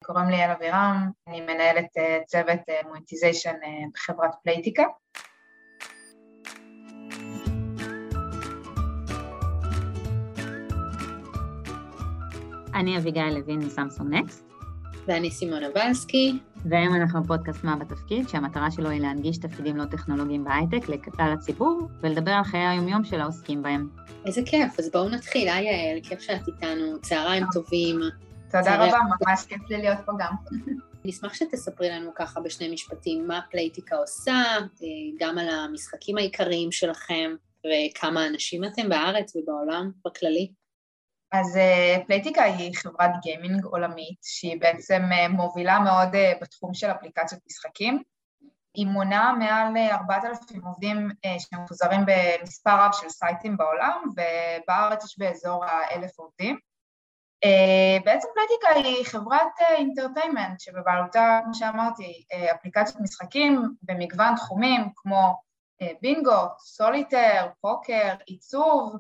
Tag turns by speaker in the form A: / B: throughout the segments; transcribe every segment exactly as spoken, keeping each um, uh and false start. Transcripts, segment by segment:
A: קוראים לי אלה וירם, אני מנהלת צוות מוניטיזיישן בחברת פלייטיקה.
B: אני אביגיל לוין מסמסונג נקסט.
C: ואני סימונה בלסקי.
B: והיום אנחנו פודקאסט מה בתפקיד, שהמטרה שלו היא להנגיש תפקידים לא טכנולוגיים בהייטק לכלל הציבור, ולדבר על חיי היומיום של העוסקים בהם.
C: איזה כיף, אז בואו נתחיל. היי יעל, כיף שאת איתנו, צהריים טובים.
A: תודה רבה, ממש כיף לי להיות פה גם.
C: נשמח שתספרי לנו ככה בשני משפטים מה פלייטיקה עושה, גם על המשחקים העיקריים שלכם, וכמה אנשים אתם בארץ ובעולם בכללי.
A: אז פלייטיקה היא חברת גיימינג עולמית, שהיא בעצם מובילה מאוד בתחום של אפליקציות משחקים. היא מונה מעל ארבעת אלפים עובדים שמפוזרים במספר רב של סייטים בעולם, ובארץ יש באזור האלף עובדים. בעצם פלייטיקה היא חברת אינטרטיימנט, שבבעלותה, כמו שאמרתי, אפליקציות משחקים במגוון תחומים, כמו בינגו, סוליטר, פוקר, עיצוב,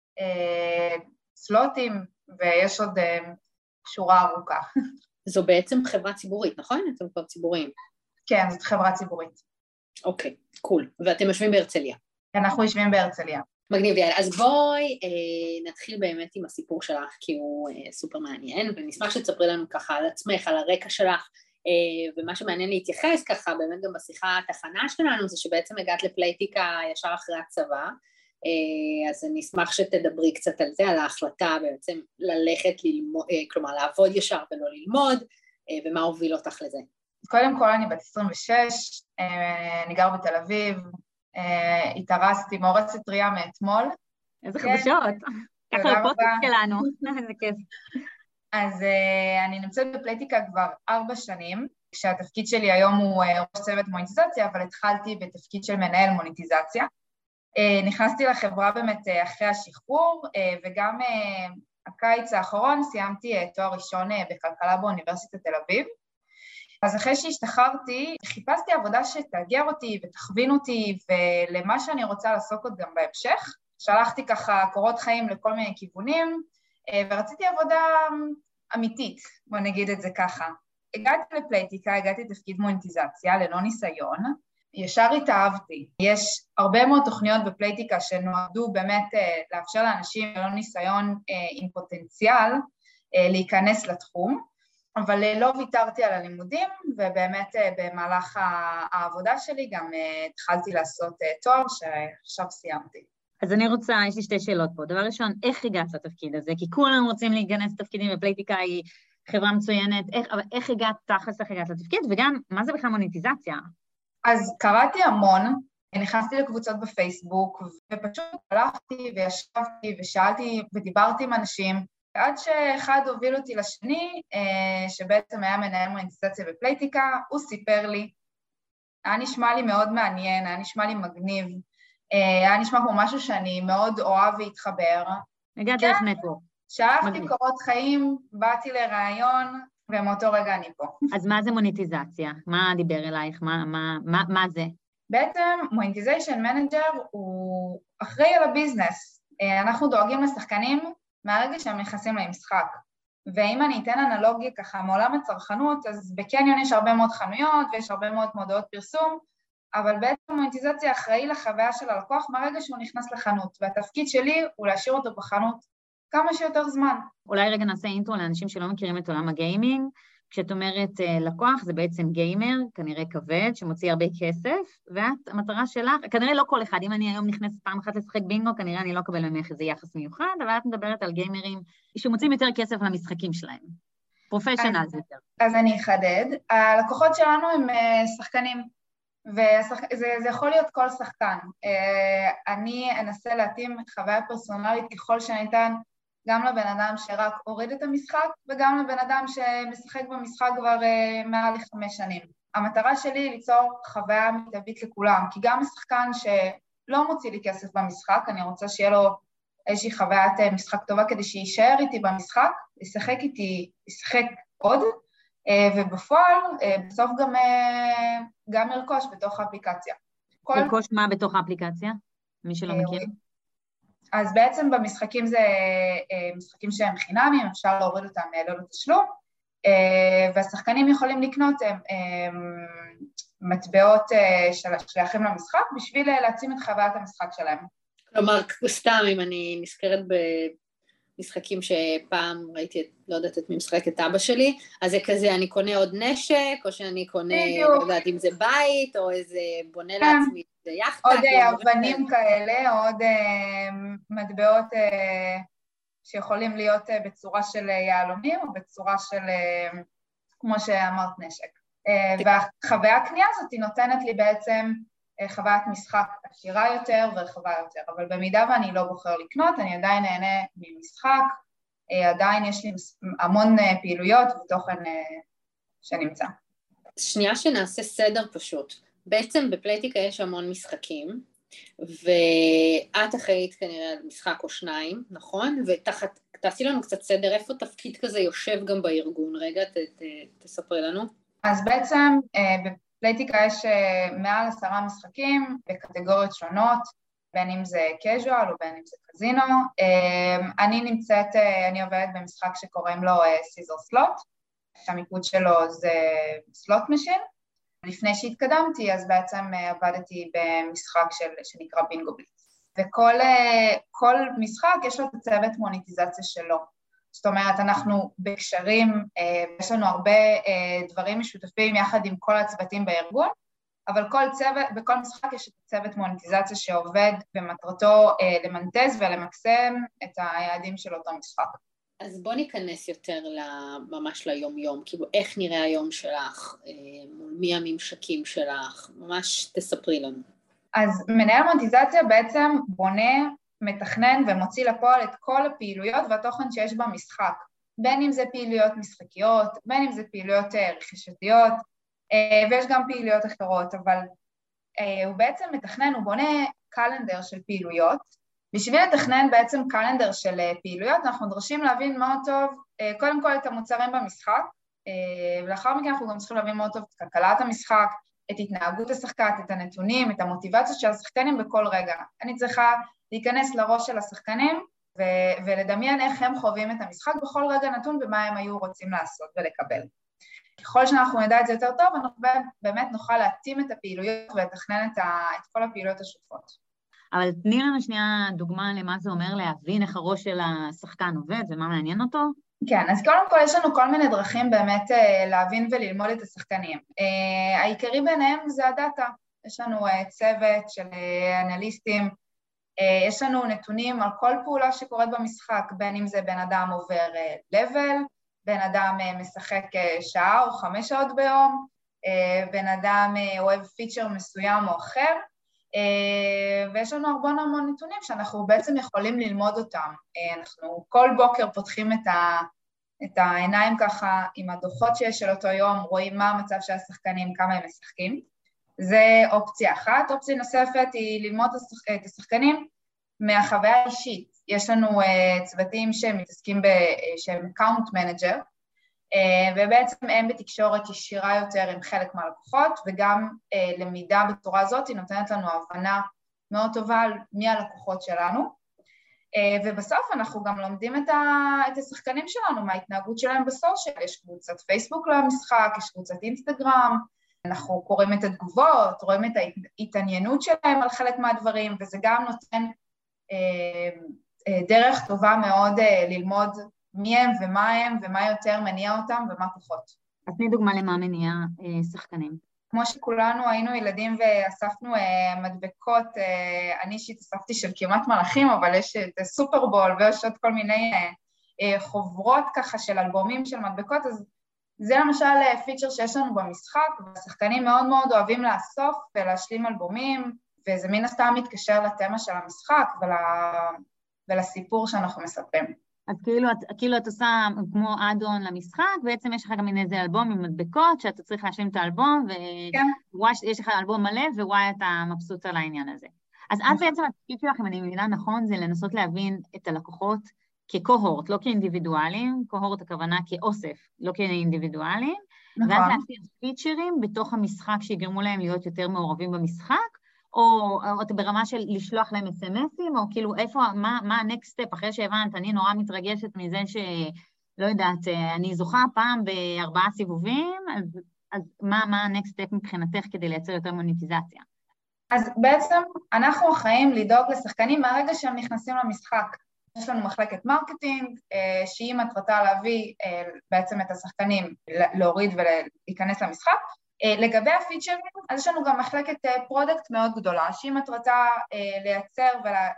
A: סלוטים, ויש עוד שורה ארוכה.
C: זו בעצם חברה ציבורית, נכון? אתם כבר ציבוריים.
A: כן, זאת חברה ציבורית.
C: אוקיי, קול. ואתם יושבים בהרצליה.
A: אנחנו יושבים בהרצליה.
C: מגניב, יאללה. אז בואי אה, נתחיל באמת עם הסיפור שלך, כי הוא אה, סופר מעניין, ונשמח שתספרי לנו ככה על עצמך, על הרקע שלך, אה, ומה שמעניין להתייחס ככה, באמת גם בשיחה התחנה שלנו, זה שבעצם הגעת לפלייטיקה ישר אחרי הצבא, אז אני אשמח שתדברי קצת על זה, על ההחלטה בעצם ללכת ללמוד, כלומר לעבוד ישר ולא ללמוד, ומה הוביל אותך לזה.
A: קודם כל אני בת עשרים ושש, אני גר בתל אביב, התארסתי מאורסת טריה מאתמול.
B: איזה חדשות, ככה לפודקאסט שלנו, איזה כיף.
A: אז אני נמצאת בפלייטיקה כבר ארבע שנים, כשהתפקיד שלי היום הוא ראש צוות מוניטיזציה, אבל התחלתי בתפקיד של מנהל מוניטיזציה. נכנסתי לחברה באמת אחרי השחרור, וגם הקיץ האחרון סיימתי תואר ראשון בכלכלה באוניברסיטת תל אביב. אז אחרי שהשתחררתי, חיפשתי עבודה שתאגר אותי ותכווין אותי, ולמה שאני רוצה לעסוק עוד גם בהמשך. שלחתי ככה קורות חיים לכל מיני כיוונים, ורציתי עבודה אמיתית, בוא נגיד את זה ככה. הגעתי לפלייטיקה, הגעתי לתפקיד מוניטיזציה, ללא ניסיון, ישר התאהבתי. יש הרבה מאוד תוכניות בפלייטיקה שנועדו באמת לאפשר לאנשים ללא ניסיון עם פוטנציאל להיכנס לתחום, אבל לא ויתרתי על הלימודים, ובאמת במהלך העבודה שלי גם התחלתי לעשות תואר שעכשיו סיימתי.
B: אז אני רוצה, יש לי שתי שאלות פה. דבר ראשון, איך הגעת לתפקיד הזה? כי כולם רוצים להיכנס לתפקידים, ופלייטיקה היא חברה מצוינת, איך, אבל איך הגעת תכלס, איך הגעת לתפקיד, וגם מה זה בכלל מוניטיזציה?
A: אז קראתי המון, נכנסתי לקבוצות בפייסבוק, ופשוט הלכתי וישבתי ושאלתי ודיברתי עם אנשים, עד שאחד הוביל אותי לשני, שבעצם היה מנהל מוניטיזציה בפלייטיקה, הוא סיפר לי, היה נשמע לי מאוד מעניין, היה נשמע לי מגניב, היה נשמע כמו משהו שאני מאוד אוהב והתחבר.
B: הגעת דרך נטוורק.
A: שלחתי קורות חיים, באתי לרעיון, ומאותו רגע אני פה.
B: אז מה זה מוניטיזציה? מה דיבר אלייך? מה, מה, מה, מה זה?
A: בעצם מוניטיזיישן מנג'ר הוא אחראי על הביזנס. אנחנו דואגים לשחקנים מהרגע שהם נכנסים למשחק. ואם אני אתן אנלוגיה ככה מעולם הצרכנות, אז בקניון יש הרבה מאוד חנויות ויש הרבה מאוד מודעות פרסום, אבל בעצם מוניטיזציה אחראי לחוויה של הלקוח מהרגע שהוא נכנס לחנות, והתפקיד שלי הוא להשאיר אותו בחנות כמה שיותר זמן.
B: אולי רגע נעשה אינטרו לאנשים שלא מכירים את עולם הגיימינג. כשאת אומרת לקוח, זה בעצם גיימר, כנראה כבד, שמוציא הרבה כסף, ואת, המטרה שלך, כנראה לא כל אחד, אם אני היום נכנסת פעם אחת לשחק בינגו, כנראה אני לא אקבל ממך איזה יחס מיוחד, אבל את מדברת על גיימרים שמוצאים יותר כסף למשחקים שלהם. פרופשיונל זה יותר.
A: אז אני אחדד. הלקוחות שלנו הם שחקנים, וזה יכול להיות כל שחקן. אני אנסה להתאים חוויה פרסונלית ככל שניתן, גם לבן אדם שרק הוריד את המשחק, וגם לבן אדם שמשחק במשחק כבר uh, מעל לחמש שנים. המטרה שלי היא ליצור חוויה מיטבית לכולם, כי גם השחקן שלא מוציא לי כסף במשחק, אני רוצה שיהיה לו איזושהי חוויית משחק טובה, כדי שישאר איתי במשחק, ישחק איתי, ישחק עוד, uh, ובפועל uh, בסוף גם, uh, גם ירכוש בתוך האפליקציה.
B: ירכוש כל... מה בתוך האפליקציה? מי שלא uh, מכיר?
A: אז בעצם במשחקים זה משחקים שהם חינמים, אפשר להוריד אותם ללא תשלום, והשחקנים יכולים לקנות מטבעות ששייכים למשחק בשביל להעצים את חוויית המשחק שלהם.
C: כלומר, סתם אם אני נזכרת במשחקים שפעם ראיתי, לא יודעת את מי משחק את אבא שלי, אז זה כזה, אני קונה עוד נשק, או שאני קונה, לא יודעת אם זה בית, או איזה בונה לעצמי, זה יחטה.
A: עוד אבנים כאלה, עוד מטבעות שיכולים להיות בצורה של יהלומים, או בצורה של, כמו שאמרת, נשק. והחוויה הקנייה הזאת היא נותנת לי בעצם חוויית משחק עשירה יותר ורחבה יותר, אבל במידה ואני לא בוחר לקנות, אני עדיין נהנה ממשחק, עדיין יש לי המון פעילויות ותוכן שנמצא.
C: שנייה שנעשה סדר פשוט. בעצם בפלייטיקה יש המון משחקים, ואת אחראית כנראה על משחק או שניים, נכון? ותחת, תעשי לנו קצת סדר, איפה תפקיד כזה יושב גם בארגון? רגע, ת, ת, תספרי לנו.
A: אז בעצם בפלייטיקה יש מעל עשרה משחקים בקטגוריות שונות, בין אם זה casual או בין אם זה קזינו. אני נמצאת, אני עובדת במשחק שקוראים לו סיזר סלוט, שהמיקוד שלו זה סלוט משין. לפני שהתקדמתי, אז בעצם עבדתי במשחק של, שנקרא בינגו בליץ. וכל כל משחק יש לו את הצוות מוניטיזציה שלו. זאת אומרת, אנחנו בקשרים, יש לנו הרבה דברים משותפים יחד עם כל הצוותים בארגון, אבל כל צוות, בכל משחק יש את הצוות מוניטיזציה שעובד במטרתו למנטז ולמקסם את היעדים של אותו משחק.
C: אז בוא ניכנס יותר ממש ליום-יום, כאילו איך נראה היום שלך, מי הממשקים שלך, ממש תספרי לנו.
A: אז מנהל מוניטיזציה בעצם בונה, מתכנן ומוציא לפועל את כל הפעילויות והתוכן שיש במשחק, בין אם זה פעילויות משחקיות, בין אם זה פעילויות רכישתיות, ויש גם פעילויות אחרות, אבל הוא בעצם מתכנן, הוא בונה קלנדר של פעילויות, בשביל לתכנן בעצם קלנדר של פעילויות, אנחנו נדרשים להבין מאוד טוב, קודם כל את המוצרים במשחק, ולאחר מכן אנחנו גם צריכים להבין מאוד טוב את כלכלת המשחק, את התנהגות השחקן, את הנתונים, את המוטיבציות של השחקנים בכל רגע. אני צריכה להיכנס לראש של השחקנים, ו- ולדמיין איך הם חווים את המשחק בכל רגע נתון, ומה הם היו רוצים לעשות ולקבל. ככל שאנחנו נדע את זה יותר טוב, אנחנו באמת נוכל להתאים את הפעילויות, ולתכנן את, ה- את כל הפעילויות השוטפות.
B: אבל תני לנו שנייה דוגמה למה זה אומר להבין איך הראש של השחקן עובד ומה מעניין אותו.
A: כן, אז קודם כל יש לנו כל מיני דרכים באמת להבין וללמוד את השחקנים. העיקרי ביניהם זה הדאטה. יש לנו צוות של אנליסטים, יש לנו נתונים על כל פעולה שקורית במשחק, בין אם זה בן אדם עובר לבל, בן אדם משחק שעה או חמש שעות ביום, בן אדם אוהב פיצ'ר מסוים או אחר, ויש לנו הרבה המון נתונים שאנחנו בעצם יכולים ללמוד אותם. אנחנו כל בוקר פותחים את, ה, את העיניים ככה עם הדוחות שיש של אותו יום, רואים מה המצב של השחקנים, כמה הם משחקים. זה אופציה אחת. אופציה נוספת היא ללמוד את השחקנים מהחוויה האישית. יש לנו צוותים שמתעסקים ב, שהם אקאונט מנג'ר, ובעצם הם בתקשורת ישירה יותר עם חלק מהלקוחות, וגם למידה בצורה הזאת היא נותנת לנו הבנה מאוד טובה על מי הלקוחות שלנו, ובסוף אנחנו גם לומדים את, ה, את השחקנים שלנו, מההתנהגות שלהם בסושיאל, יש קבוצת פייסבוק למשחק, יש קבוצת אינסטגרם, אנחנו קוראים את התגובות, רואים את ההתעניינות שלהם על חלק מהדברים, וזה גם נותן דרך טובה מאוד ללמוד מי הם ומה הם ומה יותר מניע אותם ומה פחות.
B: אז תני דוגמה למה מניע אה, שחקנים.
A: כמו שכולנו היינו ילדים ואספנו אה, מדבקות, אה, אני אישית אספתי של כמעט מלאכים, אבל יש את הסופרבול ויש עוד כל מיני אה, אה, חוברות ככה של אלבומים של מדבקות, אז זה למשל אה, פיצ'ר שיש לנו במשחק, והשחקנים מאוד מאוד אוהבים לאסוף ולהשלים אלבומים, וזה מן הסתם מתקשר לתמה של המשחק ול... ולסיפור שאנחנו מספרים.
B: אז כאילו את, כאילו את עושה כמו אדון למשחק, בעצם יש לך גם מין איזה אלבום עם מדבקות, שאתה צריך להשלים את האלבום, ויש לך אלבום מלא, ווואי אתה מבסוט על העניין הזה. אז את בעצם, התפקיד שלך, אם אני מבינה נכון, זה לנסות להבין את הלקוחות כקוהורט, לא כאינדיבידואלים, קוהורט הכוונה כאוסף, לא כאינדיבידואלים, ואז להציע פיצ'רים בתוך המשחק שיגרמו להם להיות יותר מעורבים במשחק, או, או ברמה של לשלוח להם אס אם אסים, או כאילו איפה, מה, מה ה-next step, אחרי שהבנת, אני נורא מתרגשת מזה לא יודעת, אני זוכה פעם בארבעה סיבובים, אז, אז מה, מה ה-next step מבחינתך כדי לייצר יותר מוניטיזציה?
A: אז בעצם אנחנו אחראים לדאוג לשחקנים מהרגע שהם נכנסים למשחק. יש לנו מחלקת מרקטינג, שהיא מטרתה להביא בעצם את השחקנים, להוריד ולהיכנס למשחק. לגבי הפיצ'רים, אז יש לנו גם מחלקת פרודקט מאוד גדולה, שהיא מטרתה לייצר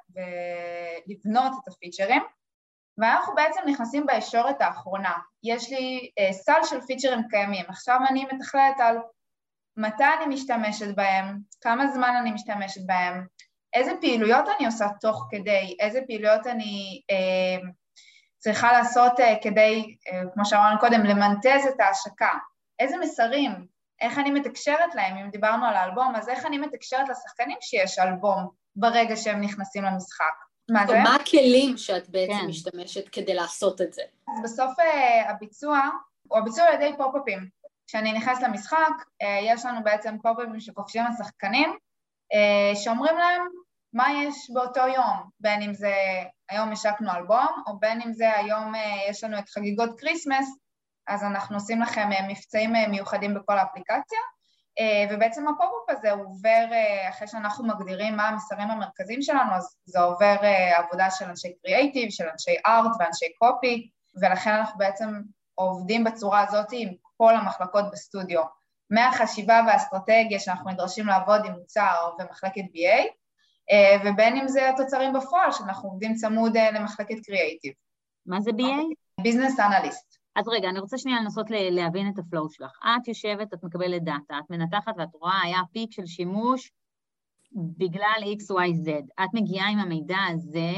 A: ולבנות את הפיצ'רים, ואנחנו בעצם נכנסים בישורת האחרונה. יש לי סל של פיצ'רים קיימים, עכשיו אני מתכללת על מתי אני משתמשת בהם, כמה זמן אני משתמשת בהם, איזה פעילויות אני עושה תוך כדי, איזה פעילויות אני אה, צריכה לעשות אה, כדי, אה, כמו שאמרנו קודם, למנטז את ההשקה, איזה מסרים, איך אני מתקשרת להם, אם דיברנו על האלבום, אז איך אני מתקשרת לשחקנים שיש אלבום ברגע שהם נכנסים למשחק. מה זה?
C: מה הכלים שאת בעצם
B: כן.
C: משתמשת כדי לעשות את זה?
A: אז בסוף אה, הביצוע, הוא הביצוע על ידי פופ-אפים. כשאני נכנס למשחק, יש לנו בעצם פופ-אפים שקופשים לשחקנים, שאומרים להם מה יש באותו יום, בין אם זה היום השקנו אלבום, או בין אם זה היום יש לנו את חגיגות קריסמס, אז אנחנו עושים לכם מבצעים מיוחדים בכל האפליקציה, ובעצם הפופ-אפ הזה הוא עובר, אחרי שאנחנו מגדירים מה המסרים המרכזיים שלנו, אז זה עובר עבודה של אנשי קריאייטיב, של אנשי ארט ואנשי קופי, ולכן אנחנו בעצם עובדים בצורה הזאת עם כל המחלקות בסטודיו, מהחשיבה והאסטרטגיה שאנחנו נדרשים לעבוד עם מוצר ומחלקת בי איי, ובין אם זה התוצרים בפועל, שאנחנו עובדים צמוד למחלקת קריאייטיב.
B: מה זה בי איי?
A: ביזנס אנליסט.
B: אז רגע, אני רוצה שנייה לנסות להבין את הפלואו שלך. את יושבת, את מקבלת דאטה, את מנתחת ואת רואה, היה פיק של שימוש בגלל אקס וואי זד. את מגיעה עם המידע הזה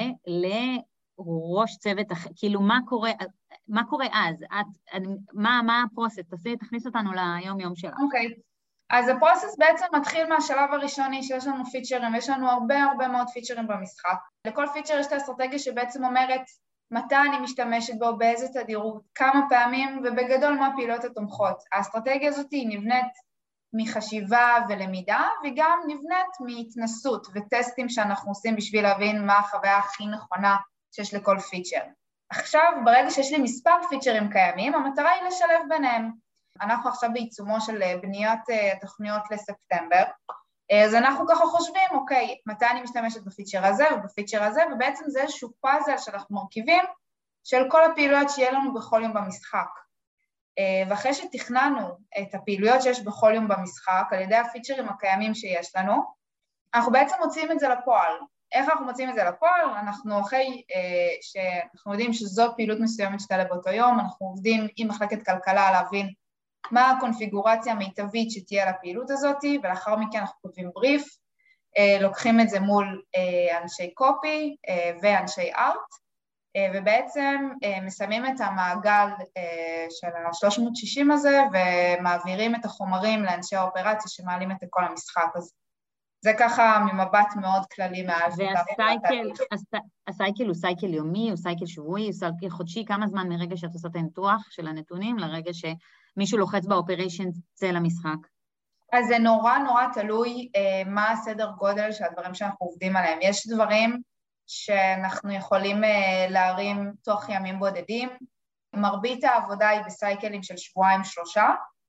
B: לראש צוות, כאילו מה קורה, מה קורה אז? את, מה, מה הפרוסס? תעשי, תכניס אותנו ליום יום שלך.
A: אוקיי. Okay. אז הפרוסס בעצם מתחיל מהשלב הראשוני שיש לנו פיצ'רים, יש לנו הרבה הרבה מאוד פיצ'רים במשחק. לכל פיצ'ר יש את האסטרטגיה שבעצם אומרת מתי אני משתמשת בו, באיזה תדירות, כמה פעמים, ובגדול מה הפעילות התומכות. האסטרטגיה הזאת היא נבנית מחשיבה ולמידה, וגם נבנית מהתנסות וטסטים שאנחנו עושים בשביל להבין מה החוויה הכי נכונה שיש לכל פיצ'ר. עכשיו, ברגע שיש לי מספר פיצ'רים קיימים, המטרה היא לשלב ביניהם. אנחנו עכשיו בעיצומו של בניית תוכניות לספטמבר, אז אנחנו ככה חושבים, אוקיי, מתי אני משתמשת בפיצ'ר הזה ובפיצ'ר הזה, ובעצם זה איזשהו פאזל שאנחנו מרכיבים של כל הפעילויות שיהיה לנו בכל יום במשחק. ואחרי שתכננו את הפעילויות שיש בכל יום במשחק, על ידי הפיצ'רים הקיימים שיש לנו, אנחנו בעצם מוצאים את זה לפועל. איך אנחנו מוצאים את זה לפועל? אנחנו אחרי שאנחנו יודעים שזו פעילות מסוימת שתעלה באותו יום, אנחנו עובדים עם מחלקת כלכלה להבין מה הקונפיגורציה המיטבית שתהיה לפעילות הזאת, ולאחר מכן אנחנו כותבים בריף, לוקחים את זה מול אנשי קופי ואנשי ארט, ובעצם מסיימים את המעגל של ה-שלוש מאות שישים הזה, ומעבירים את החומרים לאנשי האופרציה שמעלים את כל המשחק. אז זה ככה ממבט מאוד כללי מעל.
B: והסייקל, הסייקל הוא סייקל יומי, הוא סייקל שבועי, הוא סייקל חודשי, כמה זמן מרגע שאת עושה את הניתוח של הנתונים, לרגע שמישהו לוחץ באופריישן צא למשחק?
A: אז זה נורא נורא תלוי אה, מה הסדר גודל של הדברים שאנחנו עובדים עליהם. יש דברים שאנחנו יכולים אה, להרים תוך ימים בודדים, מרבית העבודה היא בסייקלים של שבועיים שלושה,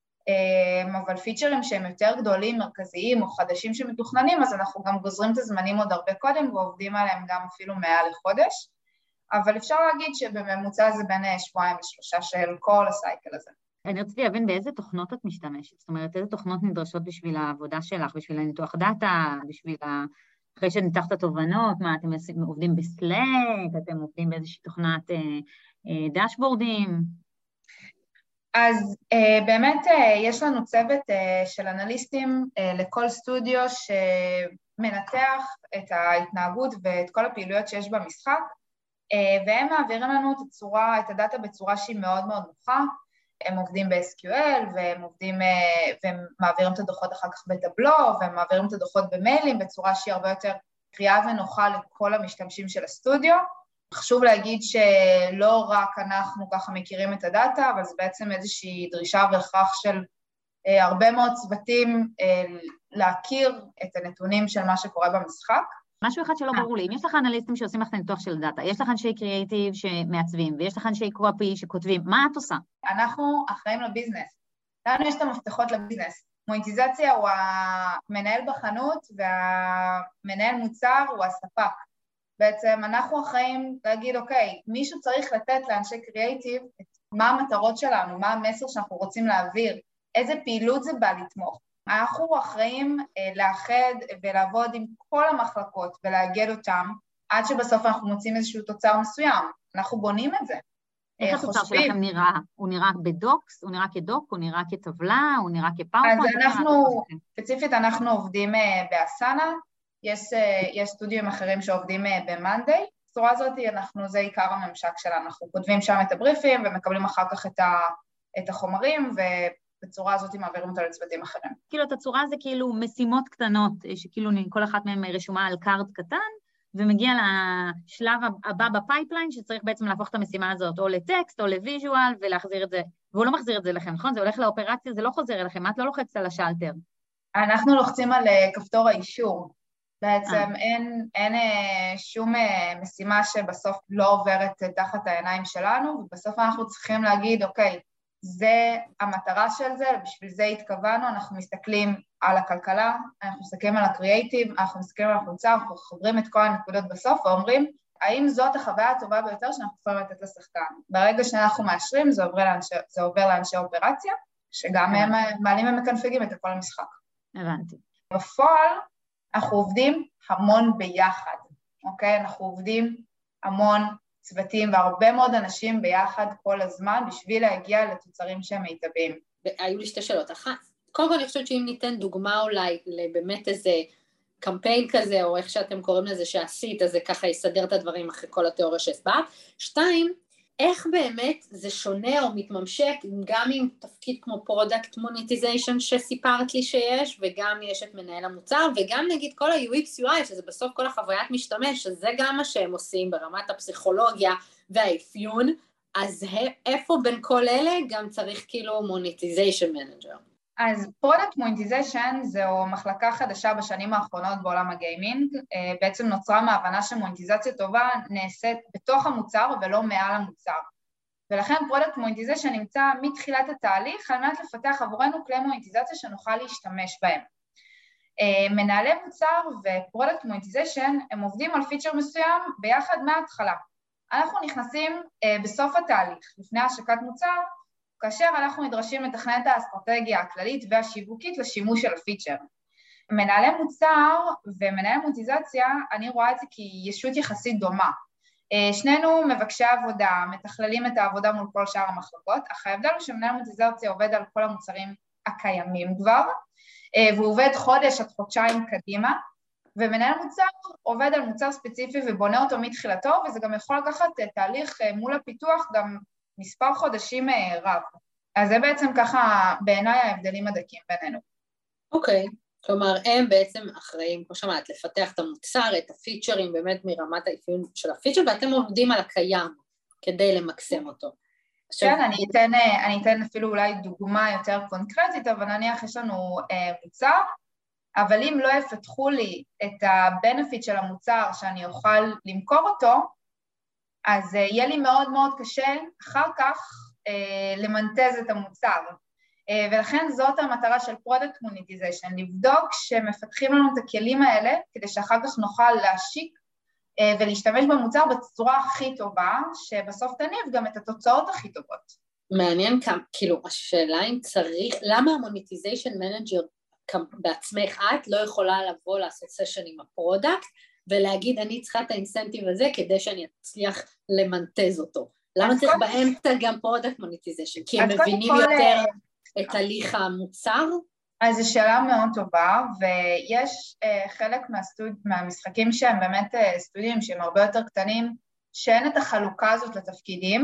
A: אבל פיצ'רים שהם יותר גדולים, מרכזיים או חדשים שמתוכננים, אז אנחנו גם גוזרים את הזמנים עוד הרבה קודם ועובדים עליהם גם אפילו מעל לחודש, אבל אפשר להגיד שבממוצע זה בין שבועיים לשלושה של כל הסייקל הזה.
B: אני רציתי להבין באיזה תוכנות את משתמשת, זאת אומרת, איזה תוכנות נדרשות בשביל העבודה שלך, בשביל הניתוח דאטה, בשביל ה... אחרי שניתחת תובנות, מה, אתם עובדים בסלאק, אתם עובדים באיזושהי תוכנת אה, אה, דשבורדים?
A: אז uh, באמת uh, יש לנו צוות uh, של אנליסטים uh, לכל סטודיו שמנתח את ההתנהגות ואת כל הפעילויות שיש במשחק, uh, והם מעבירים לנו את, הצורה, את הדאטה בצורה שהיא מאוד מאוד נוחה. הם עובדים ב-אס קיו אל והם עובדים, uh, והם מעבירים את הדוחות אחר כך בטבלו, והם מעבירים את הדוחות במיילים בצורה שהיא הרבה יותר קריאה ונוחה לכל המשתמשים של הסטודיו. חשוב להגיד שלא רק אנחנו ככה מכירים את הדאטה, אבל זה בעצם איזושהי דרישה והכרח של אה, הרבה מאוד צוותים אה, להכיר את הנתונים של מה שקורה במשחק.
B: משהו אחד שלא ברור לי, אם יש לך אנליסטים שעושים לך את הניתוח של דאטה, יש לך אנשי קריאייטיב שמעצבים, ויש לך אנשי קרופי שכותבים, מה את עושה?
A: אנחנו אחראים לביזנס. לנו יש את המפתחות לביזנס. מוניטיזציה הוא המנהל בחנות, והמנהל מוצר הוא הספק. בעצם אנחנו אחראים להגיד, אוקיי, מישהו צריך לתת לאנשי קריאייטיב את מה המטרות שלנו, מה המסר שאנחנו רוצים להעביר, איזה פעילות זה בא לתמוך. אנחנו אחראים לאחד ולעבוד עם כל המחלקות ולאגד אותם, עד שבסוף אנחנו מוצאים איזשהו תוצר מסוים. אנחנו בונים את זה.
B: איך התוצר שלכם נראה? הוא נראה בדוקס? הוא נראה כדוק? הוא נראה כטבלה? הוא נראה כפאורפוינט?
A: אז אנחנו, ספציפית אנחנו עובדים באסנה, יש, יש סטודיו אחרים שעובדים במנדי, בצורה הזאת אנחנו, זה עיקר הממשק שלנו, אנחנו כותבים שם את הבריפים ומקבלים אחר כך את, ה, את החומרים ובצורה הזאת מעבירים אותו לצוותים אחרים.
B: כאילו את הצורה זה כאילו משימות קטנות, שכאילו כל אחת מהן רשומה על קארד קטן, ומגיע לשלב הבא בפייפליין שצריך בעצם להפוך את המשימה הזאת או לטקסט או לוויז'ואל ולהחזיר את זה, והוא לא מחזיר את זה לכם, נכון? זה הולך לאופרציה, זה לא חוזר אליכם, את לא לוחצת על השלטר.
A: אנחנו לוחצים על כפתור האישור. בעצם אין, אין שום משימה שבסוף לא עוברת תחת העיניים שלנו, ובסוף אנחנו צריכים להגיד, אוקיי, זה המטרה של זה, בשביל זה התכוונו, אנחנו מסתכלים על הכלכלה, אנחנו מסתכלים על הקריאייטיב, אנחנו מסתכלים על החוצה, אנחנו חוברים את כל הנקודות בסוף, ואומרים, האם זאת החוויה הטובה ביותר שאנחנו יכולים לתת לשחקן? ברגע שאנחנו מאשרים, זה עובר לאנשי, זה עובר לאנשי אופרציה, שגם הם מעלים ומקנפגים את כל המשחק.
B: הבנתי.
A: בפועל, אנחנו עובדים המון ביחד, אוקיי? אנחנו עובדים המון צוותים והרבה מאוד אנשים ביחד כל הזמן בשביל להגיע לתוצרים שהם מיטביים.
C: היו לי שתי שאלות. אחת, קודם כל אני חושבת שאם ניתן דוגמה אולי לבאמת איזה קמפיין כזה, או איך שאתם קוראים לזה שעשית, אז זה ככה יסדר את הדברים אחרי כל התיאוריה שהסברת. שתיים, איך באמת זה שונה או מתממשק גם עם תפקיד כמו פרודקט מוניטיזיישן שסיפרת לי שיש, וגם יש את מנהל המוצר, וגם נגיד כל ה-יו אקס יו איי, שזה בסוף כל החוויית משתמש, שזה גם מה שהם עושים ברמת הפסיכולוגיה והאפיון, אז איפה בין כל אלה גם צריך כאילו מוניטיזיישן מנג'ר?
A: אז פרודקט מוניטיזיישן זו מחלקה חדשה בשנים האחרונות בעולם הגיימינג, בעצם נוצרה מהבנה שמוניטיזציה טובה נעשית בתוך המוצר ולא מעל המוצר. ולכן פרודקט מוניטיזיישן נמצא מתחילת התהליך על מנת לפתח עבורנו כלי מוניטיזציה שנוכל להשתמש בהם. מנהלי מוצר ופרודקט מוניטיזיישן הם עובדים על פיצ'ר מסוים ביחד מההתחלה. אנחנו נכנסים בסוף התהליך, לפני השקת מוצר, כאשר אנחנו נדרשים לתכנן את האסטרטגיה הכללית והשיווקית לשימוש של הפיצ'ר. מנהלי מוצר ומנהל מוניטיזציה, אני רואה את זה כישות יחסית דומה. שנינו מבקשי עבודה, מתכללים את העבודה מול כל שאר המחלקות, אך ההבדל הוא שמנהל מוניטיזציה עובד על כל המוצרים הקיימים כבר, והוא עובד חודש עד חודשיים קדימה, ומנהל מוצר עובד על מוצר ספציפי ובונה אותו מתחילתו, וזה גם יכול לקחת תהליך מול הפיתוח גם מספר חודשים רב. אז זה בעצם ככה בעיניי ההבדלים הדקים בינינו.
C: אוקיי, okay. כלומר הם בעצם אחראים, כמו שמעת, לפתח את המוצר, את הפיצ'רים באמת מרמת האפיון של הפיצ'ר, ואתם עובדים על הקיים כדי למקסם אותו.
A: כן, אני אתן, אני אתן אפילו אולי דוגמה יותר קונקרטית, אבל נניח יש לנו אה, מוצר, אבל אם לא יפתחו לי את הבנפיט של המוצר שאני אוכל למכור אותו, אז יהיה לי מאוד מאוד קשה אחר כך אה, למנטז את המוצר. אה, ולכן זאת המטרה של פרודקט מוניטיזיישן, לבדוק שמפתחים לנו את הכלים האלה, כדי שאחר כך נוכל להשיק אה, ולהשתמש במוצר בצורה הכי טובה, שבסוף תניב גם את התוצאות הכי טובות.
C: מעניין כמה, כאילו, השאלה אם צריך, למה המוניטיזיישן מנג'ר בעצמך את לא יכולה לבוא לעשות סשן עם הפרודקט, ולהגיד אני צריכה את האינסנטיב הזה כדי שאני אצליח למנטז אותו. למה צריך באמצע גם פרודקט מוניטיזיישן? כי הם מבינים יותר את הליך המוצר?
A: אז זו שאלה מאוד טובה, ויש חלק מהמשחקים שהם באמת סטודיו שהם הרבה יותר קטנים, שאין את החלוקה הזאת לתפקידים,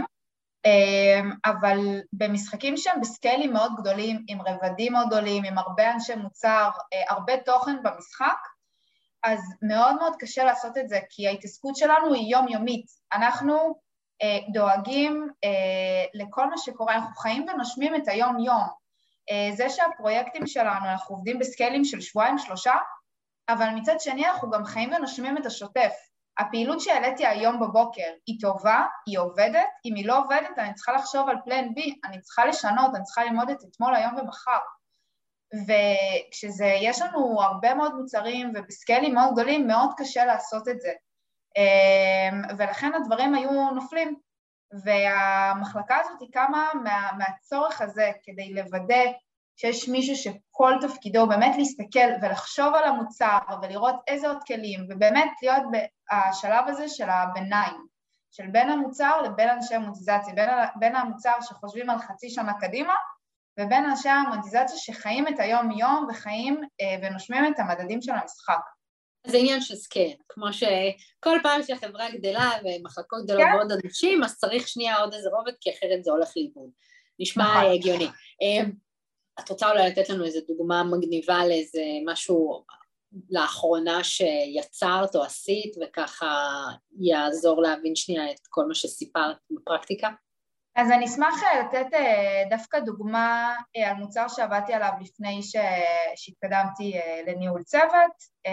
A: אבל במשחקים שהם בסקיילים מאוד גדולים, עם רבדים מאוד גדולים, עם הרבה אנשי מוצר, הרבה תוכן במשחק, אז מאוד מאוד קשה לעשות את זה, כי ההתעסקות שלנו היא יומיומית. אנחנו אה, דואגים אה, לכל מה שקורה, אנחנו חיים ונושמים את היום-יום. אה, זה שהפרויקטים שלנו, אנחנו עובדים בסקיילים של שבועיים, שלושה, אבל מצד שני אנחנו גם חיים ונושמים את השוטף. הפעילות שהעליתי היום בבוקר היא טובה, היא עובדת, אם היא לא עובדת אני צריכה לחשוב על פלן בי, אני צריכה לשנות, אני צריכה ללמוד את אתמול, היום ומחר. וכשזה, יש לנו הרבה מאוד מוצרים ובסקיילים מאוד גדולים, מאוד קשה לעשות את זה. ולכן הדברים היו נופלים. והמחלקה הזאת היא קמה מה, מהצורך הזה כדי לוודא שיש מישהו שכל תפקידו באמת להסתכל ולחשוב על המוצר ולראות איזה עוד כלים, ובאמת להיות בשלב הזה של הביניים, של בין המוצר לבין אנשי המוניטיזציה, בין, בין המוצר שחושבים על חצי שנה קדימה, ובין אנשי המוניטיזציה שחיים את היום-יום וחיים ונושמים את המדדים של המשחק.
C: זה עניין של סקייל, כמו שכל פעם שהחברה גדלה ומחלקות גדלות כן. ועוד אנשים, אז צריך שנייה עוד איזה רובד, כי אחרת זה הולך לאיבוד. נשמע נכון. הגיוני. את רוצה אולי לתת לנו איזו דוגמה מגניבה לאיזה משהו לאחרונה שיצרת או עשית, וככה יעזור להבין שנייה את כל מה שסיפרת בפרקטיקה?
A: אז אני אשמח לתת דווקא דוגמה על מוצר שעבדתי עליו לפני שהתקדמתי לניהול צוות.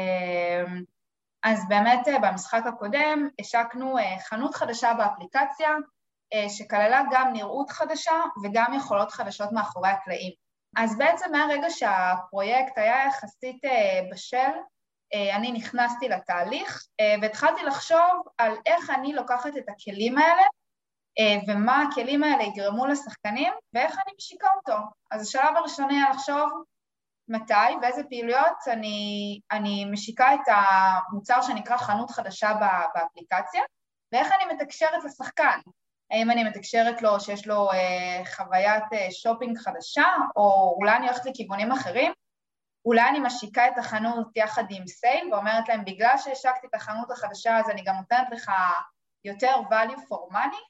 A: אז באמת במשחק הקודם השקנו חנות חדשה באפליקציה, שכללה גם נראות חדשה וגם יכולות חדשות מאחורי הקלעים. אז בעצם מהרגע שהפרויקט היה יחסית בשל, אני נכנסתי לתהליך והתחלתי לחשוב על איך אני לוקחת את הכלים האלה, ומה הכלים האלה יגרמו לשחקנים, ואיך אני משיקה אותו. אז השלב הראשוני היה לחשוב מתי, באיזה פעילויות אני, אני משיקה את המוצר שנקרא חנות חדשה באפליקציה, ואיך אני מתקשרת לשחקן. האם אני מתקשרת לו שיש לו אה, חוויית אה, שופינג חדשה, או אולי אני הולכת לכיוונים אחרים, אולי אני משיקה את החנות יחד עם סייל, ואומרת להם, בגלל שהשקתי את החנות החדשה, אז אני גם נותנת לך יותר value for money,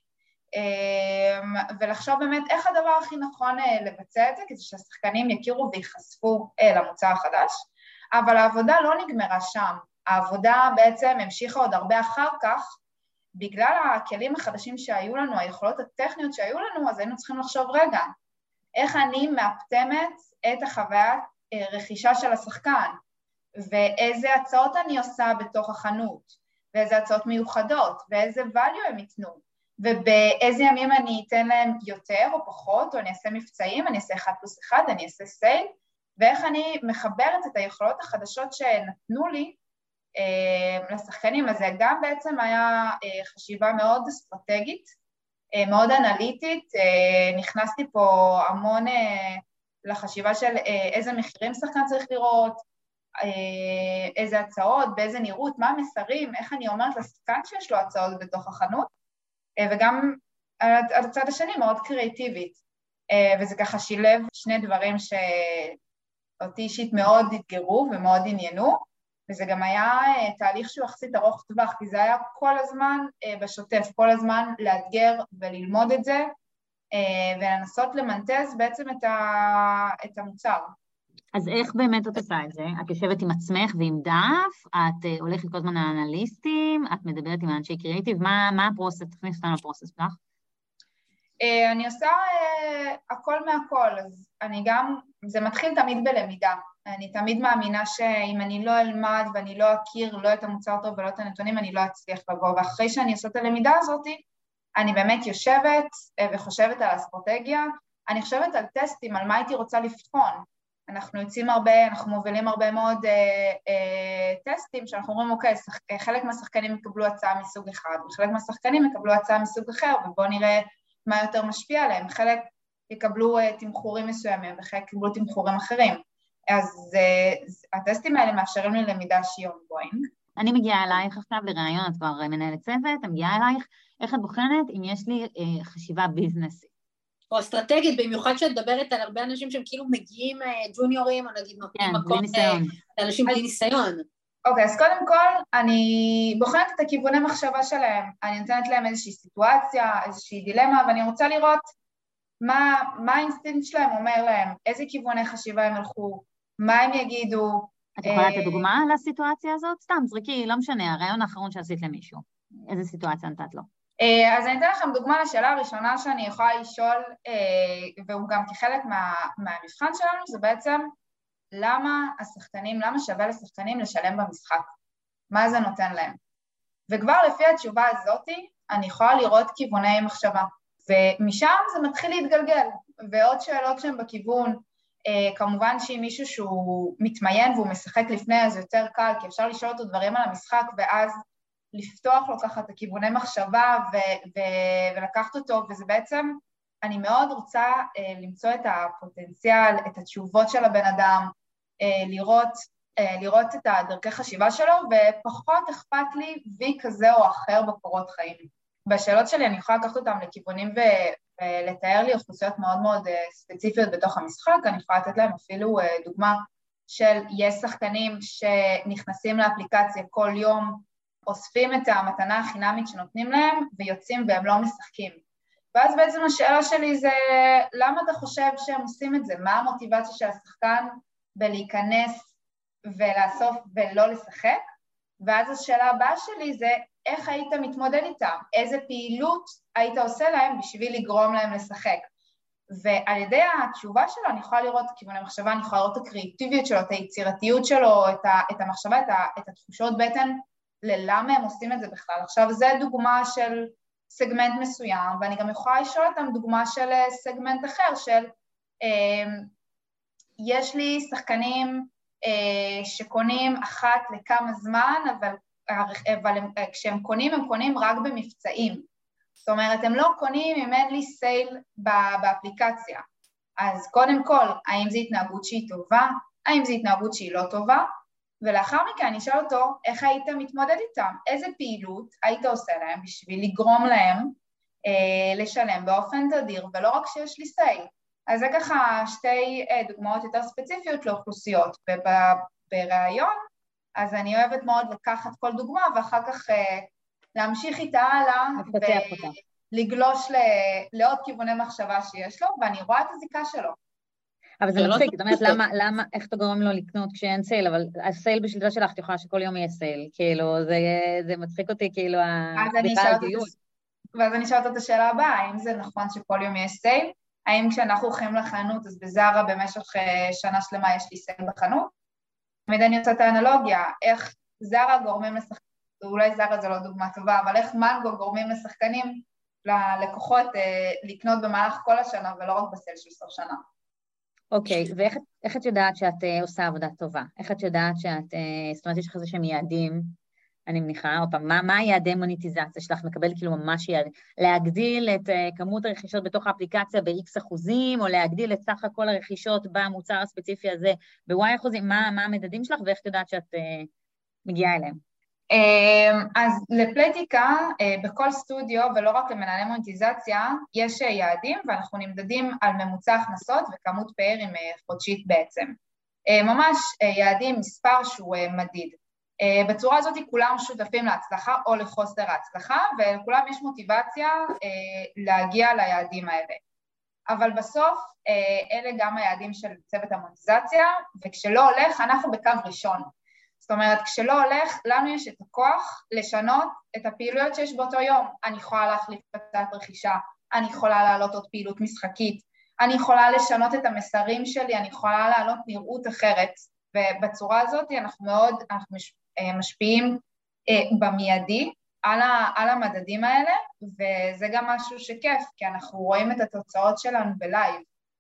A: ולחשוב באמת איך הדבר הכי נכון לבצע את זה, כדי שהשחקנים יכירו ויחשפו למוצר החדש, אבל העבודה לא נגמרה שם, העבודה בעצם המשיכה עוד הרבה אחר כך, בגלל הכלים החדשים שהיו לנו, היכולות הטכניות שהיו לנו, אז היינו צריכים לחשוב רגע, איך אני מאפטמת את החוויית רכישה של השחקן, ואיזה הצעות אני עושה בתוך החנות, ואיזה הצעות מיוחדות, ואיזה value הם ייתנו, ובאיזה ימים אני אתן להם יותר או פחות, או אני אעשה מבצעים, אני אעשה אחד פלוס אחד, אני אעשה סייל, ואיך אני מחברת את היכולות החדשות שנתנו לי אה, לשחקנים. אז זה גם בעצם היה אה, חשיבה מאוד אסטרטגית, אה, מאוד אנליטית, אה, נכנסתי פה המון אה, לחשיבה של אה, איזה מחירים שחקן צריך לראות, אה, איזה הצעות, באיזה נראות, מה המסרים, איך אני אומרת לשחקן שיש לו הצעות בתוך החנות, וגם על הצד השני מאוד קריאטיבית, וזה ככה שילב שני דברים שאותי אישית מאוד התגרו ומאוד עניינו, וזה גם היה תהליך שהוא יחסית ארוך טווח, כי זה היה כל הזמן בשוטף, כל הזמן לאתגר וללמוד את זה, ולנסות למנטז בעצם את המוצר.
B: אז איך באמת את עושה את זה? את יושבת עם עצמך ועם דף, את הולכת כל הזמן לאנליסטים, את מדברת עם אנשי קריאיטיב, מה, מה הפרוסס, תכניס אותנו לפרוסס שלך?
A: אני עושה הכל מהכל, אז אני גם, זה מתחיל תמיד בלמידה, אני תמיד מאמינה שאם אני לא אלמד ואני לא אכיר לא את המוצר טוב ולא את הנתונים, אני לא אצליח לבוא, ואחרי שאני עושה את הלמידה הזאת, אני באמת יושבת וחושבת על האסטרטגיה, אני חושבת על טסטים, על מה הייתי רוצה לבחון, אנחנו יוצאים הרבה, אנחנו מובילים הרבה מאוד אה, אה, טסטים, שאנחנו אומרים, אוקיי, שח, חלק מהשחקנים יקבלו הצעה מסוג אחד, וחלק מהשחקנים יקבלו הצעה מסוג אחר, ובואו נראה מה יותר משפיע עליהם, חלק יקבלו אה, תמחורים מסוימים, וחלק יקבלו תמחורים אחרים. אז אה, הטסטים האלה מאפשרים לי למידה שהיא ongoing.
B: אני מגיעה אלייך עכשיו לרעיון, את כבר מנהלת צוות, אני מגיעה אלייך, איך את בוחנת אם יש לי אה, חשיבה ביזנסית?
C: או אסטרטגית, במיוחד שאת מדברת על הרבה אנשים שהם כאילו מגיעים ג'וניורים, או נגיד נותנים
B: כן,
C: מקום לאנשים בלי ניסיון.
A: אוקיי, אז קודם כל, אני בוחנת את הכיווני מחשבה שלהם, אני נותנת להם איזושהי סיטואציה, איזושהי דילמה, ואני רוצה לראות מה, מה האינסטינקט שלהם אומר להם, איזה כיווני חשיבה הם הלכו, מה הם יגידו.
B: את יכולה לתת דוגמה לסיטואציה הזאת? סתם, זריקי, לא משנה, הרעיון האחרון שעשית למישהו. איזה סיטואציה נתת לו?
A: אז אני אתן לכם דוגמה לשאלה הראשונה שאני יכולה לשאול, והוא גם כחלק מה, מהמבחן שלנו, זה בעצם למה השחקנים, למה שווה לשחקנים לשלם במשחק? מה זה נותן להם? וכבר לפי התשובה הזאת, אני יכולה לראות כיווני מחשבה, ומשם זה מתחיל להתגלגל, ועוד שאלות שהן בכיוון, כמובן שאם מישהו שהוא מתמיין והוא משחק לפני, אז יותר קל, כי אפשר לשאול אותו דברים על המשחק, ואז לפתוח לו ככה את הכיווני מחשבה, ו- ו- ולקחת אותו, וזה בעצם, אני מאוד רוצה uh, למצוא את הפוטנציאל, את התשובות של הבן אדם, uh, לראות, uh, לראות את הדרכי חשיבה שלו, ופחות אכפת לי וי כזה או אחר בקורות חיים. בשאלות שלי אני יכולה לקחת אותם לכיוונים ו- ולתאר לי אוכלוסיות מאוד מאוד uh, ספציפיות בתוך המשחק, אני יכולה לתת להם אפילו uh, דוגמה של יש שחקנים שנכנסים לאפליקציה כל יום, אוספים את המתנה החינמית שנותנים להם ויוצאים והם לא משחקים. ואז בעצם השאלה שלי זה, למה אתה חושב שהם עושים את זה? מה המוטיבציה של השחקן בלהיכנס ולאסוף ולא לשחק? ואז השאלה הבאה שלי זה, איך היית מתמודד איתם? איזה פעילות היית עושה להם בשביל לגרום להם לשחק? ועל ידי התשובה שלו אני יכולה לראות כיווני מחשבה, אני יכולה לראות את הקריאטיביות שלו, את היצירתיות שלו, את, ה, את המחשבה, את, ה, את התחושות בטן, ללמה הם עושים את זה בכלל. עכשיו, זו דוגמה של סגמנט מסוים, ואני גם יכולה לשאול אותם דוגמה של סגמנט אחר, של אה, יש לי שחקנים אה, שקונים אחת לכמה זמן, אבל, אבל הם, כשהם קונים, הם קונים רק במבצעים. זאת אומרת, הם לא קונים אם אין לי סייל באפליקציה. אז קודם כל, האם זו התנהגות שהיא טובה? האם זו התנהגות שהיא לא טובה? ולאחר מכן אני אשאל אותו, איך היית מתמודד איתם? איזה פעילות היית עושה להם בשביל לגרום להם אה, לשלם באופן תדיר, ולא רק שיש לי סייל. אז זה ככה שתי אה, דוגמאות יותר ספציפיות לאוכלוסיות, וברעיון, אז אני אוהבת מאוד לקחת כל דוגמה, ואחר כך אה, להמשיך איתה הלאה, ולגלוש לעוד כיווני מחשבה שיש לו, ואני רואה את הזיקה שלו.
B: אבל זה מצחיק, זאת אומרת, למה, למה, איך אתה גורם לו לקנות כשאין סייל, אבל הסייל בשליטה שלך, את יכולה שכל יום יהיה סייל, כאילו, זה, זה מצחיק אותי, כאילו, בכלל הדיון.
A: ואז אני שאלת את השאלה הבאה, האם זה נכון שכל יום יהיה סייל? האם כשאנחנו הולכים לחנות, אז בזארה במשך שנה שלמה יש לי סייל בחנות? תמיד אני עושה את האנלוגיה, איך זארה גורמים לשחקנים, אולי זארה זה לא דוגמה טובה, אבל איך מנגו גורמים לשחקנים, ללקוחות, לקנות במהלך כל השנה, ולא רק בסייל של סוף שנה.
B: אוקיי, ואיך את יודעת שאת עושה עבודה טובה? איך את יודעת שאת, זאת אומרת, יש לך איזה שהם יעדים, אני מניחה, או פעם, מה, מה היעדי מוניטיזציה שלך? מקבל כאילו ממש יעד, להגדיל את כמות הרכישות בתוך האפליקציה ב-X אחוזים, או להגדיל את סך הכל הרכישות במוצר הספציפי הזה ב-Y אחוזים, מה, מה המדדים שלך, ואיך את יודעת שאת uh, מגיעה אליהם?
A: אז לפלייטיקה, בכל סטודיו, ולא רק למנהלי מוניטיזציה, יש יעדים, ואנחנו נמדדים על ממוצע הכנסות וכמות פארים חודשית בעצם. ממש יעדים, מספר שהוא מדיד. בצורה הזאת כולם שותפים להצלחה או לחוסר ההצלחה, ולכולם יש מוטיבציה להגיע ליעדים האלה. אבל בסוף אלה גם היעדים של צוות המוניטיזציה, וכשלא הולך אנחנו בקו ראשון. זאת אומרת, כשלא הולך, לנו יש את הכוח לשנות את הפעילויות שיש באותו יום. אני יכולה להחליף פצעת רכישה, אני יכולה להעלות עוד פעילות משחקית, אני יכולה לשנות את המסרים שלי, אני יכולה להעלות נראות אחרת, ובצורה הזאת אנחנו מאוד אנחנו משפיעים במיידי על, ה, על המדדים האלה, וזה גם משהו שכיף, כי אנחנו רואים את התוצאות שלנו בלייב.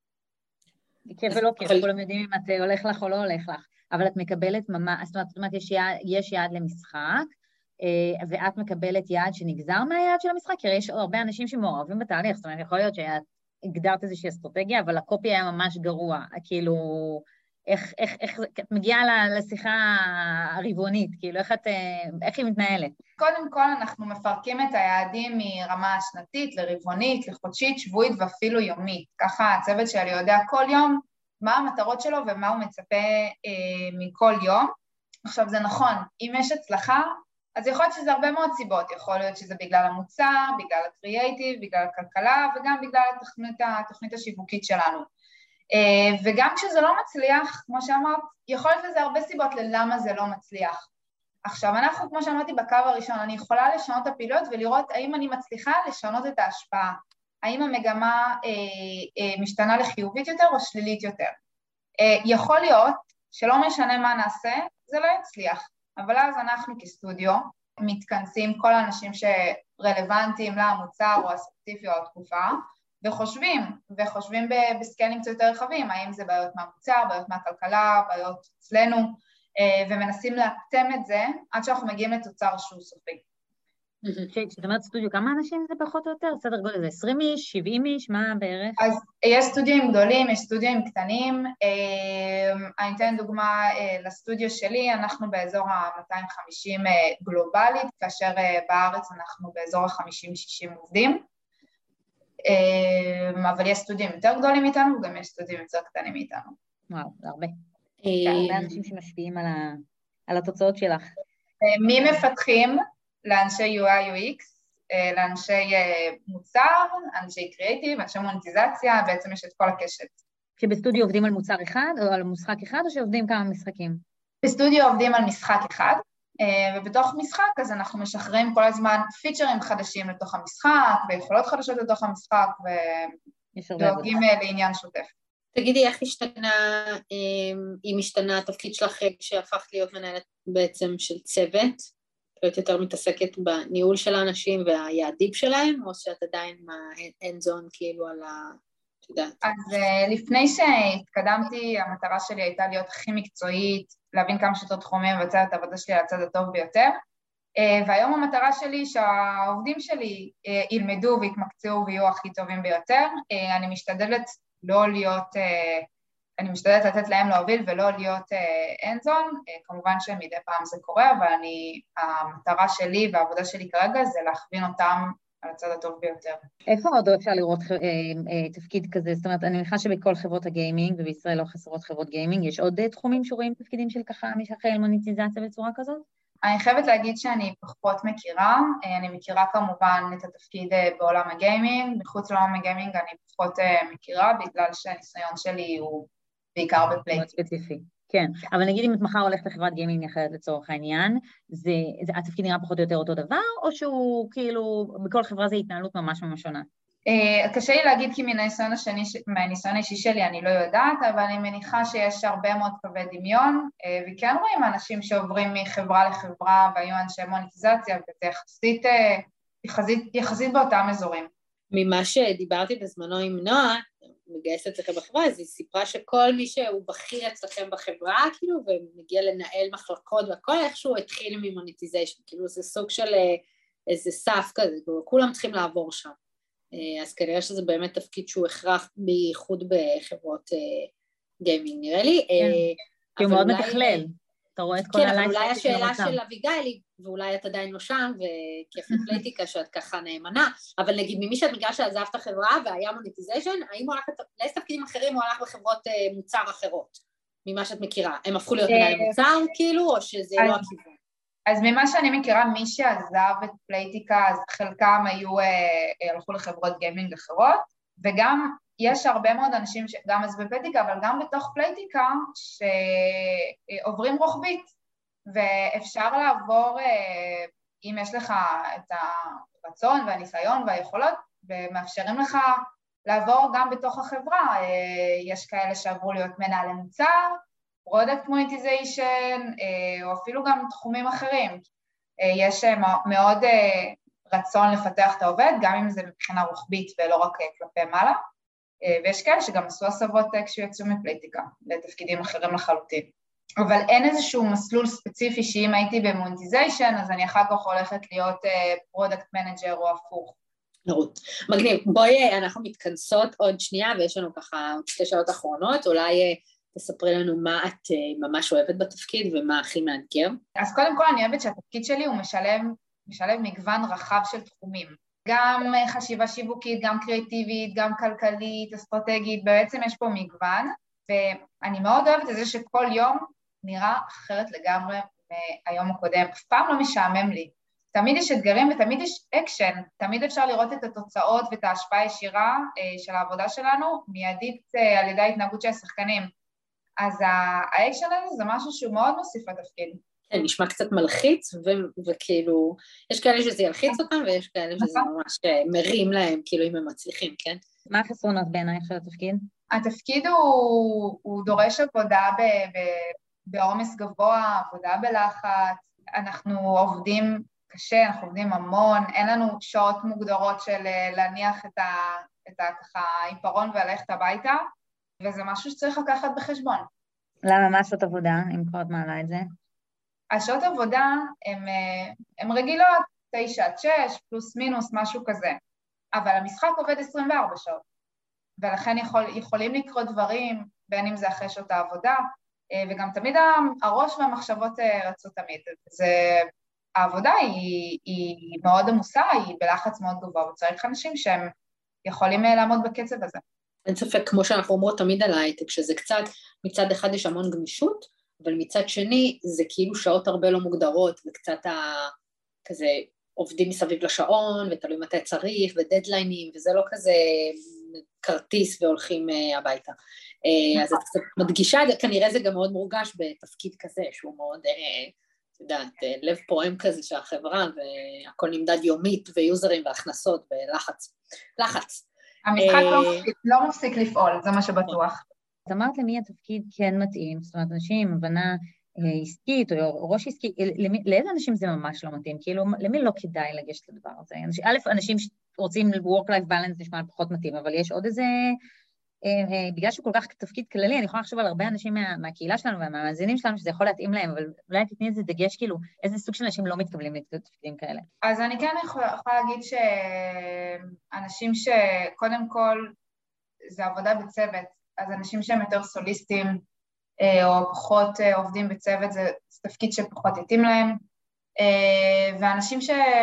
B: כיף ולא כיף, כולם יודעים אם את הולך לך או לא הולך לך. אבל את מקבלת ממש, זאת אומרת, יש יעד, יש יעד למשחק, ואת מקבלת יעד שנגזר מהיעד של המשחק, כי יש הרבה אנשים שמעורבים בתהליך, זאת אומרת, יכול להיות שהגדרת איזושהי אסטרטגיה, אבל הקופי היה ממש גרוע, כאילו, איך, איך, איך, את מגיעה לשיחה הרבעונית, כאילו, איך את, איך היא מתנהלת?
A: קודם כל, אנחנו מפרקים את היעדים מרמה שנתית, לרבעונית, לחודשית, שבועית ואפילו יומית. ככה הצוות שלי יודע כל יום, מה המטרות שלו ומה הוא מצפה אה, מכל יום. עכשיו זה נכון, אם יש הצלחה, אז יכול להיות שזה הרבה מאוד סיבות, יכול להיות שזה בגלל המוצר, בגלל הקריאייטיב, בגלל הכלכלה, וגם בגלל התוכנית, התוכנית השיווקית שלנו. אה, וגם כשזה לא מצליח, כמו שאמרת, יכול להיות לזה הרבה סיבות ללמה זה לא מצליח. עכשיו אנחנו, כמו שאמרתי בקו הראשון, אני יכולה לשנות את הפעילויות ולראות האם אני מצליחה לשנות את ההשפעה. האם המגמה אה, אה, משתנה לחיובית יותר או שלילית יותר. אה, יכול להיות שלא משנה מה נעשה, זה לא יצליח. אבל אז אנחנו כסטודיו מתכנסים כל האנשים שרלוונטיים למוצר או הספציפי או התקופה, וחושבים, וחושבים בסקנים קצת יותר רחבים, האם זה בעיות מהמוצר, בעיות מהכלכלה, בעיות אצלנו, ומנסים לאפטם את זה עד שאנחנו מגיעים לתוצר שהוא סופי.
B: כשאת אומרת סטודיו, כמה אנשים זה פחות או יותר? סדר גודל זה עשרים איש, שבעים איש, מה בערך?
A: אז יש סטודיואים גדולים, יש סטודיואים קטנים. אני אתן דוגמה לסטודיו שלי, אנחנו באזור ה-מאתיים וחמישים גלובלית, כאשר בארץ אנחנו באזור ה-חמישים שישים עובדים. אבל יש סטודיואים יותר גדולים איתנו, וגם יש סטודיואים יותר קטנים איתנו.
B: וואו, זה הרבה. הרבה אנשים שמשפיעים על התוצאות שלך.
A: מי מפתחים? לאנשי יו איי יו אקס, לאנשי מוצר, אנשי קריאיטיב, אנשי מוניטיזציה, בעצם יש את כל הקשת.
B: שבסטודיו עובדים על מוצר אחד, או על משחק אחד, או שעובדים כמה משחקים?
A: בסטודיו עובדים על משחק אחד, ובתוך משחק אז אנחנו משחררים כל הזמן פיצ'רים חדשים לתוך המשחק, ויכולות חדשות לתוך המשחק, ודואגים לעניין שוטף.
C: תגידי, איך השתנה, אם השתנה התפקיד שלך כשהפכת להיות מנהלת בעצם של צוות? את יותר מתעסקת בניהול של האנשים והיעדים שלהם, או שאת עדיין מהאנד-זון כאילו על ה...
A: אז לפני שהתקדמתי, המטרה שלי הייתה להיות הכי מקצועית, להבין כמה שיותר תחומים ובצע את העבודה שלי על הצד הטוב ביותר, והיום המטרה שלי שהעובדים שלי ילמדו והתמקצעו ויהיו הכי טובים ביותר. אני משתדלת לא להיות... אני משתדלת לתת להם להוביל ולא להיות אנד-זון, כמובן שמדי פעם זה קורה, אבל אני, המטרה שלי והעבודה שלי כרגע זה להכווין אותם על הצד הטוב ביותר.
B: איפה עוד אפשר לראות תפקיד כזה? זאת אומרת, אני מניחה שבכל חברות הגיימינג, ובישראל לא חסרות חברות גיימינג, יש עוד תחומים שרואים תפקידים של ככה, מי שאחראי על מוניטיזציה בצורה כזאת?
A: אני חייבת להגיד שאני פחות מכירה, אני מכירה כמובן את התפקיד בעולם הגיימינג, מחוץ לעולם הגיימינג אני פחות מכירה, בגלל שהניסיון שלי הוא בעיקר בפלייטינג.
B: ספציפי, כן. אבל נגיד אם את מחר הולכת לחברת גיימינג אחרת לצורך העניין, זה, זה, התפקיד נראה פחות או יותר אותו דבר, או שהוא כאילו, בכל חברה זה התנהלות ממש ממש שונה?
A: קשה לי להגיד כי מהניסיון השני, מהניסיון האישי שלי אני לא יודעת, אבל אני מניחה שיש הרבה מאוד קווי דמיון, וכן רואים אנשים שעוברים מחברה לחברה, והיו אנשי מוניטיזציה, וזה יחסית, יחסית, יחסית באותם אזורים.
C: ממה שדיברתי בזמנו עם נועה, מגייסת אצלכם בחברה, אז היא סיפרה שכל מי שהוא בכיר אצלכם בחברה, כאילו, ומגיע לנהל מחלקות והכל, איכשהו התחיל ממוניטיזיישן, כאילו זה סוג של איזה סף כזה, כולם צריכים לעבור שם. אז כנראה שזה באמת תפקיד שהוא הכרח בייחוד בחברות גיימינג, נראה לי.
B: כי הוא מאוד מתכלל. אתה רואה את כל
C: הלייף. כן, אבל אולי השאלה של אביגיל, ואולי את עדיין לא שם, וכיפת פלייטיקה שאת ככה נאמנה, אבל נגיד ממי שאת מגיעה שעזב את החברה והיה מוניטיזיישן, האם הוא הלך לאיזה תפקידים אחרים, הוא הלך לחברות מוצר אחרות, ממה שאת מכירה? הם הפכו להיות מנהל מוצר כאילו, או שזה לא הכיוון?
A: אז ממה שאני מכירה, מי שעזב את פלייטיקה, אז חלקם היו, הלכו לחברות גיימינג אחרות, וגם יש הרבה מאוד אנשים שגם אז בפלייטיקה, אבל גם בתוך פלייטיקה, שעוברים רוחבית, ואפשר לעבור, אם יש לך את הרצון והניסיון והיכולות, ומאפשרים לך לעבור גם בתוך החברה. יש כאלה שעברו להיות מנהלי מוצר, פרודקט מוניטיזיישן, או אפילו גם תחומים אחרים. יש מאוד רצון לפתח את העובד, גם אם זה מבחינה רוחבית ולא רק כלפי מעלה, ויש כאלה שגם עשו הסבות כשהוא יצאו מפלייטיקה, לתפקידים אחרים לחלוטין. אבל אין איזשהו מסלול ספציפי שאם הייתי במוניטיזיישן, אז אני אחר כך הולכת להיות פרודקט מנג'ר או הפוך.
C: נרות. מגניב, בואי אנחנו מתכנסות עוד שנייה, ויש לנו ככה שתי שאלות אחרונות, אולי תספרי לנו מה את ממש אוהבת בתפקיד ומה הכי מאתגר.
A: אז קודם כל אני אוהבת שהתפקיד שלי הוא משלב, משלב מגוון רחב של תחומים. גם חשיבה שיווקית, גם קריאטיבית, גם כלכלית, אסטרטגית, בעצם יש פה מגוון, ואני מאוד אוהבת את זה שכל יום נראה אחרת לגמרי מהיום הקודם, אף פעם לא משעמם לי. תמיד יש אתגרים ותמיד יש אקשן, תמיד אפשר לראות את התוצאות ואת ההשפעה הישירה של העבודה שלנו, מיידית על ידי ההתנהגות של השחקנים. אז האקשן הזה זה משהו שהוא מאוד מוסיף לתפקיד.
C: כן, נשמע קצת מלחיץ, ו- וכאילו, יש כאלה שזה ילחיץ אותם, ויש כאלה שזה ממש מרים להם, כאילו אם הם מצליחים, כן?
B: מה החסרונות בעינייך של התפקיד?
A: התפקיד הוא, הוא דורש עבודה בעומס גבוה, עבודה בלחץ, אנחנו עובדים קשה, אנחנו עובדים המון, אין לנו שעות מוגדרות של להניח את ה, את ה, ככה, העיפרון וללכת הביתה, וזה משהו שצריך לקחת בחשבון.
B: למה, מה שעות עבודה, אם כבר את מעלה את זה?
A: השעות עבודה הן רגילות, תשע עד שש, פלוס מינוס, משהו כזה. אבל המשחק עובד עשרים וארבע שעות, ולכן יכול, יכולים לקרות דברים, בין אם זה אחרי שעות העבודה, וגם תמיד הראש והמחשבות רצו תמיד. זה, העבודה היא, היא מאוד עמוסה, היא בלחץ מאוד גבוה, וצריך אנשים שהם יכולים לעמוד בקצב הזה.
C: אין ספק, כמו שאנחנו אומרות תמיד על ההייטק, שזה קצת, מצד אחד יש המון גמישות, אבל מצד שני זה כאילו שעות הרבה לא מוגדרות, וקצת ה, כזה עובדים מסביב לשעון, ותלוי מתי צריך, ודדליינים, וזה לא כזה כרטיס והולכים הביתה. אז את קצת מדגישה, כנראה זה גם מאוד מורגש בתפקיד כזה, שהוא מאוד, את יודעת, לב פועם כזה של החברה, והכל נמדד יומית, ויוזרים והכנסות, ולחץ. לחץ.
A: המשחק לא מפסיק לפעול, זה מה שבטוח.
B: את אמרת למי התפקיד כן מתאים, זאת אומרת, אנשים עם הבנה עסקית או ראש עסקי, לאיזה אנשים זה ממש לא מתאים? כאילו, למי לא כדאי לגשת לדבר הזה? א', אנשים שרוצים work-life balance נשמע פחות מתאים, אבל יש עוד איזה, בגלל שהוא כל כך תפקיד כללי, אני יכולה לחשוב על הרבה אנשים מהקהילה שלנו והמאזינים שלנו שזה יכול להתאים להם, אבל אולי תתני איזה דגש, כאילו, איזה סוג של אנשים לא מתקבלים לתפקידים כאלה?
A: אז אני כן יכולה להגיד שאנשים שקודם כל זה עבודה בצוות, אז אנשים שהם יותר סוליסטים, או פחות עובדים בצוות, זה תפקיד שפחות יתאים להם, ואנשים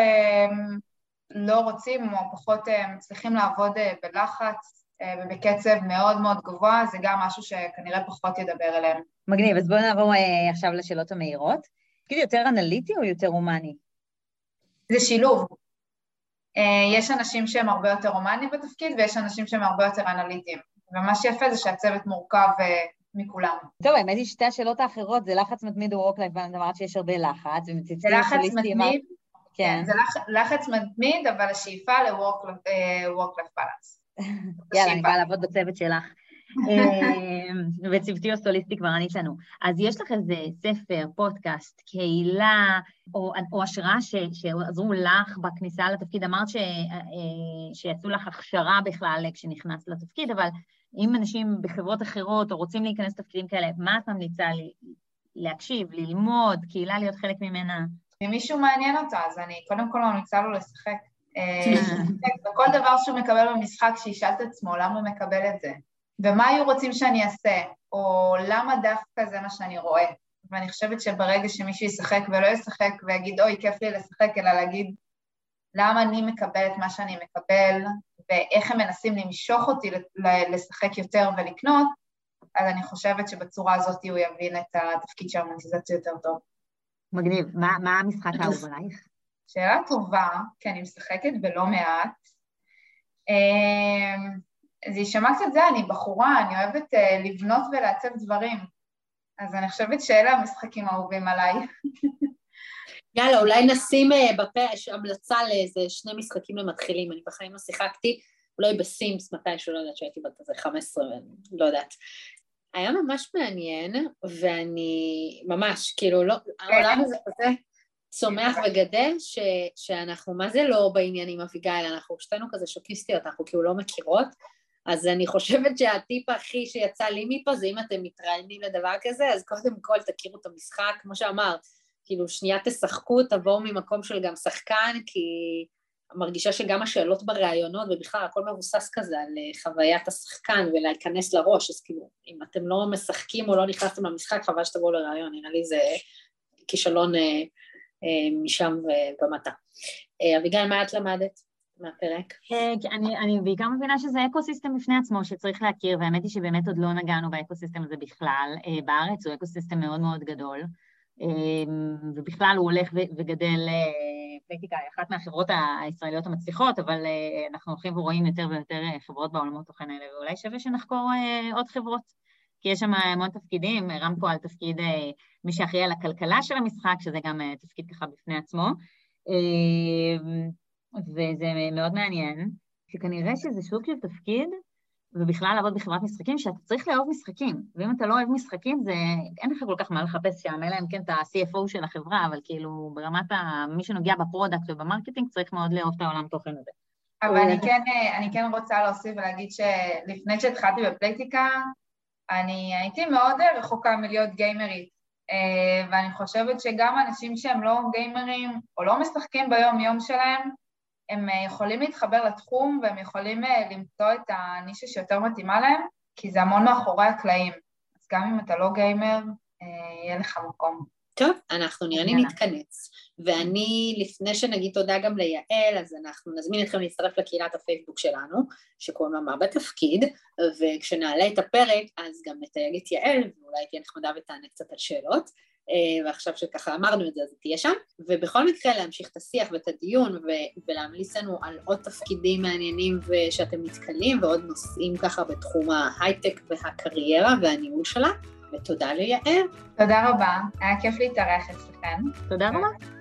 A: שלא רוצים או פחות מצליחים לעבוד בלחץ ובקצב מאוד מאוד גבוה, זה גם משהו שכנראה פחות ידבר אליהם.
B: מגניב, אז בואו נעבור עכשיו לשאלות המהירות. תגיד, יותר אנליטי או יותר הומני?
A: זה שילוב. יש אנשים שהם הרבה יותר הומניים בתפקיד, ויש אנשים שהם הרבה יותר אנליטיים. ומה שיפה זה שהצוות מורכב מכולם.
B: טוב, האמת היא שתי השאלות האחרות, זה לחץ מתמיד או work-life balance, אמרת שיש הרבה לחץ,
A: זה לחץ מתמיד,
B: כן.
A: זה לחץ מתמיד, אבל השאיפה ל-work-life balance.
B: יאללה, אני באה לעבוד בצוות שלך. וצוותי או סוליסטי כבר ענית לנו. אז יש לך איזה ספר, פודקאסט, קהילה, או השראה שעזרו לך בכניסה לתפקיד? אמרת שיעשו לך הכשרה בכלל כשנכנס לתפקיד, אבל אם אנשים בחברות אחרות או רוצים להיכנס לתפקידים כאלה, מה את ממליצה להקשיב, ללמוד, קהילה להיות חלק ממנה?
A: אם מישהו מעניין אותה, אז אני קודם כל ממליצה לו לשחק. וכל דבר שהוא מקבל במשחק, שישאל את עצמו, למה הוא מקבל את זה? ומה היו רוצים שאני אעשה? או למה דווקא זה מה שאני רואה? ואני חושבת שברגע שמישהו ישחק ולא ישחק ויגיד, אוי, כיף לי לשחק, אלא להגיד, למה אני מקבל את מה שאני מקבל, ואיך הם מנסים למשוך אותי לשחק יותר ולקנות, אז אני חושבת שבצורה הזאת הוא יבין את התפקיד של המוניטיזציה יותר טוב.
B: מגניב, מה, מה המשחק האהוב עלייך?
A: שאלה טובה, כי אני משחקת בלא מעט. אז יישמע קצת זה, אני בחורה, אני אוהבת לבנות ולעצב דברים, אז אני חושבת שאלה המשחקים האהובים עליי.
C: יאללה, אולי נשים בפה המלצה לאיזה שני משחקים למתחילים, אני בחיים לא שיחקתי, אולי בסימס מתישהו, לא יודעת שהייתי בת איזה חמש עשרה, לא יודעת. היה ממש מעניין, ואני ממש, כאילו, לא, העולם הזה כזה צומח וגדל, ש, שאנחנו, מה זה לא בעניינים אביגיל, אנחנו שתינו כזה שוקיסטיות, אנחנו כאילו לא מכירות, אז אני חושבת שהטיפ הכי שיצא לי מפה, זה אם אתם מתראיינים לדבר כזה, אז קודם כל תכירו את המשחק, כמו שאמרת, כאילו שנייה תשחקו, תבואו ממקום של גם שחקן, כי מרגישה שגם השאלות בראיונות, ובכלל הכל מבוסס כזה על חוויית השחקן, ולהיכנס לראש, אז כאילו, אם אתם לא משחקים או לא נכנסתם למשחק, חבל שתבואו לראיון, נראה לי זה כישלון אה, אה, משם ובמטה. אה, אביגיל, מה את למדת מהפרק?
B: אני, אני בעיקר מבינה שזה אקוסיסטם בפני עצמו שצריך להכיר, והאמת היא שבאמת עוד לא נגענו באקוסיסטם הזה בכלל. אה, בארץ הוא אקוסיסטם מאוד מאוד גדול, ובכלל הוא הולך וגדל, פלייטיקה היא אחת מהחברות הישראליות המצליחות, אבל אנחנו הולכים ורואים יותר ויותר חברות בעולמות תוכן האלה, ואולי שווה שנחקור עוד חברות, כי יש שם המון תפקידים, רם פה על תפקיד מי שאחראי על הכלכלה של המשחק, שזה גם תפקיד ככה בפני עצמו, וזה מאוד מעניין, שכנראה שזה סוג של תפקיד, ובכלל לעבוד בחברת משחקים, שאתה צריך לאהוב משחקים, ואם אתה לא אוהב משחקים, זה, אין לך כל כך מה לחפש שם, אלא אם כן את ה-סי אף או של החברה, אבל כאילו ברמת ה... מי שנוגע בפרודקט ובמרקטינג, צריך מאוד לאהוב את העולם תוכן הזה.
A: אבל אני כן, אני כן רוצה להוסיף ולהגיד שלפני שהתחלתי בפלייטיקה, אני הייתי מאוד רחוקה מלהיות גיימרית, ואני חושבת שגם אנשים שהם לא גיימרים, או לא משחקים ביום יום שלהם, הם יכולים להתחבר לתחום, והם יכולים למצוא את הנישה שיותר מתאימה להם, כי זה המון מאחורי הקלעים. אז גם אם אתה לא גיימר, יהיה לך מקום.
C: טוב, אנחנו נראה לי נתכנס, ואני, לפני שנגיד תודה גם ליעל, אז אנחנו נזמין אתכם להצטרף לקהילת הפייסבוק שלנו, שקוראים לה מה בתפקיד, וכשנעלה את הפרק, אז גם נתייג את יעל, ואולי תהיה נחמדה ותענה קצת על שאלות, ועכשיו שככה אמרנו את זה, אז תהיה שם, ובכל מקרה להמשיך את השיח ואת הדיון, ו- ולהמליץ לנו על עוד תפקידים מעניינים שאתם מתקלים, ועוד נושאים ככה בתחום ההייטק והקריירה והניהול שלה, ותודה ליעל.
A: תודה רבה, היה כיף להתארח אצלכם.
B: תודה רבה.